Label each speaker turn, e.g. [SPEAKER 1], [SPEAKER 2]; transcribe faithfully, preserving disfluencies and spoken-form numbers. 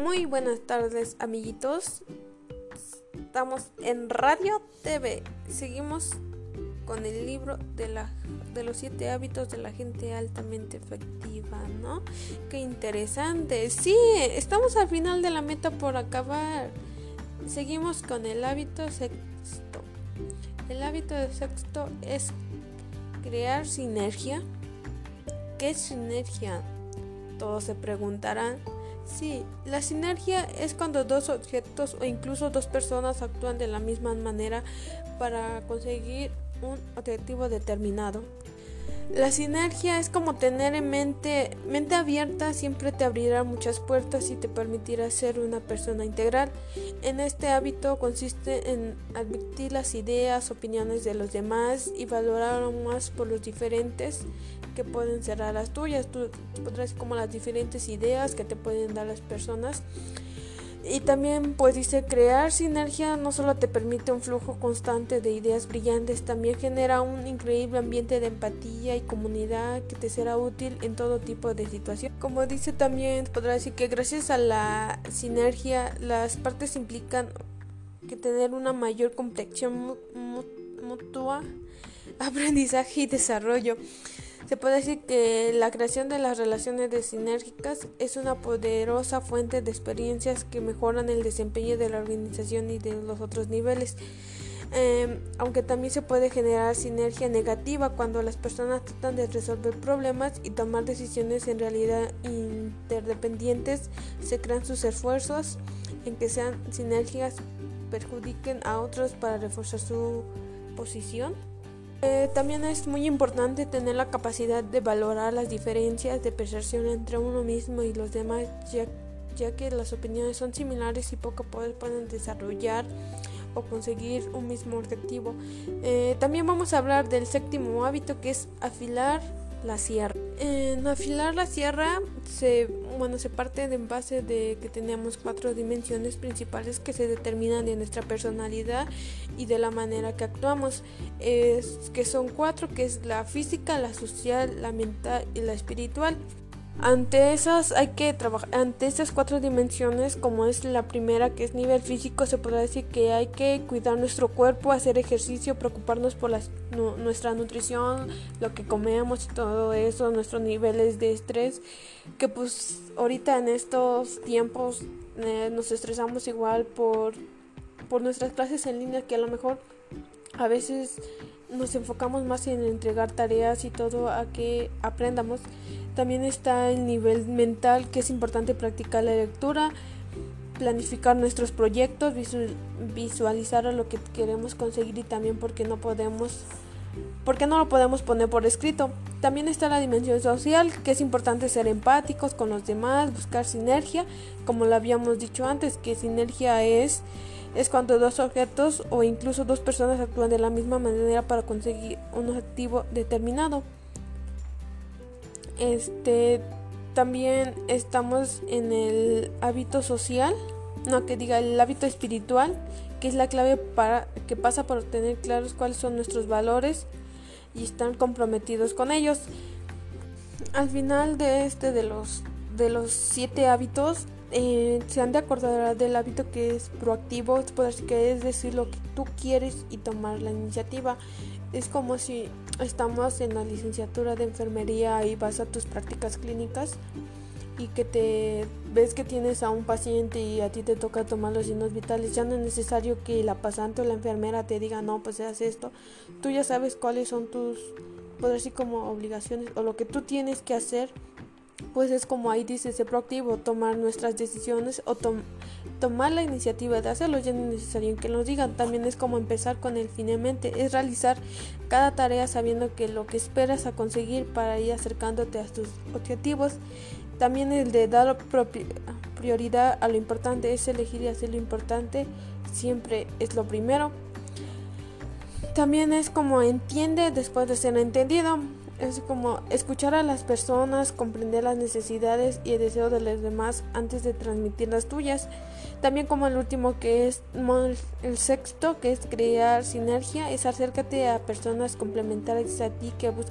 [SPEAKER 1] Muy buenas tardes, amiguitos. Estamos en Radio T V. Seguimos con el libro de la de los siete hábitos de la gente altamente efectiva, ¿no? Qué interesante. Sí, estamos al final de la meta por acabar. Seguimos con el hábito sexto. El hábito sexto es crear sinergia. ¿Qué es sinergia? Todos se preguntarán. Sí, la sinergia es cuando dos objetos o incluso dos personas actúan de la misma manera para conseguir un objetivo determinado. La sinergia es como tener en mente, mente abierta, siempre te abrirá muchas puertas y te permitirá ser una persona integral. En este hábito consiste en advertir las ideas, opiniones de los demás y valorar aún más por los diferentes que pueden ser a las tuyas. Tú podrás ver como las diferentes ideas que te pueden dar las personas. Y también pues dice, crear sinergia no solo te permite un flujo constante de ideas brillantes, también genera un increíble ambiente de empatía y comunidad que te será útil en todo tipo de situación. Como dice también, podrá decir que gracias a la sinergia las partes implican que tener una mayor comprensión mutua, aprendizaje y desarrollo. Se puede decir que la creación de las relaciones de sinérgicas es una poderosa fuente de experiencias que mejoran el desempeño de la organización y de los otros niveles. Eh, aunque también se puede generar sinergia negativa cuando las personas tratan de resolver problemas y tomar decisiones en realidad interdependientes, se crean sus esfuerzos en que sean sinergias perjudiquen a otros para reforzar su posición. Eh, también es muy importante tener la capacidad de valorar las diferencias de percepción entre uno mismo y los demás, ya, ya que las opiniones son similares y poco a poco pueden desarrollar o conseguir un mismo objetivo. Eh, también vamos a hablar del séptimo hábito, que es afilar la sierra. En afilar la sierra se, bueno, se parte de en base de que tenemos cuatro dimensiones principales que se determinan de nuestra personalidad y de la manera que actuamos, es, que son cuatro, que es la física, la social, la mental y la espiritual. Ante esas hay que trabajar, ante estas cuatro dimensiones, como es la primera, que es nivel físico, se podrá decir que hay que cuidar nuestro cuerpo, hacer ejercicio, preocuparnos por las, nu, nuestra nutrición, lo que comemos y todo eso, nuestros niveles de estrés, que pues ahorita en estos tiempos eh, nos estresamos igual por, por nuestras clases en línea, que a lo mejor a veces nos enfocamos más en entregar tareas y todo a que aprendamos. También está el nivel mental, que es importante practicar la lectura, planificar nuestros proyectos, visualizar lo que queremos conseguir y también porque no podemos, porque no lo podemos poner por escrito. También está la dimensión social, que es importante ser empáticos con los demás, buscar sinergia, como lo habíamos dicho antes, que sinergia es es cuando dos objetos o incluso dos personas actúan de la misma manera para conseguir un objetivo determinado. Este, también estamos en el hábito social, no que diga el hábito espiritual, que es la clave para que pasa por tener claros cuáles son nuestros valores y estar comprometidos con ellos. Al final de este de los de los siete hábitos, eh, se han de acordar del hábito que es proactivo, que es decir lo que tú quieres y tomar la iniciativa. Es como si estamos en la licenciatura de enfermería y vas a tus prácticas clínicas y que te ves que tienes a un paciente y a ti te toca tomar los signos vitales. Ya no es necesario que la pasante o la enfermera te diga no, pues haz esto. Tú ya sabes cuáles son tus, podría decir como obligaciones o lo que tú tienes que hacer. Pues es como ahí dice, ser proactivo, tomar nuestras decisiones o tom- tomar la iniciativa de hacerlo, ya no es necesario que nos digan. También es como empezar con el fin en mente, es realizar cada tarea sabiendo que lo que esperas a conseguir para ir acercándote a tus objetivos. También el de dar propi- prioridad a lo importante, es elegir y hacer lo importante, siempre es lo primero. También es como entiende después de ser entendido. Es como escuchar a las personas, comprender las necesidades y el deseo de los demás antes de transmitir las tuyas. También como el último, que es el sexto, que es crear sinergia, es acércate a personas complementarias a ti que buscan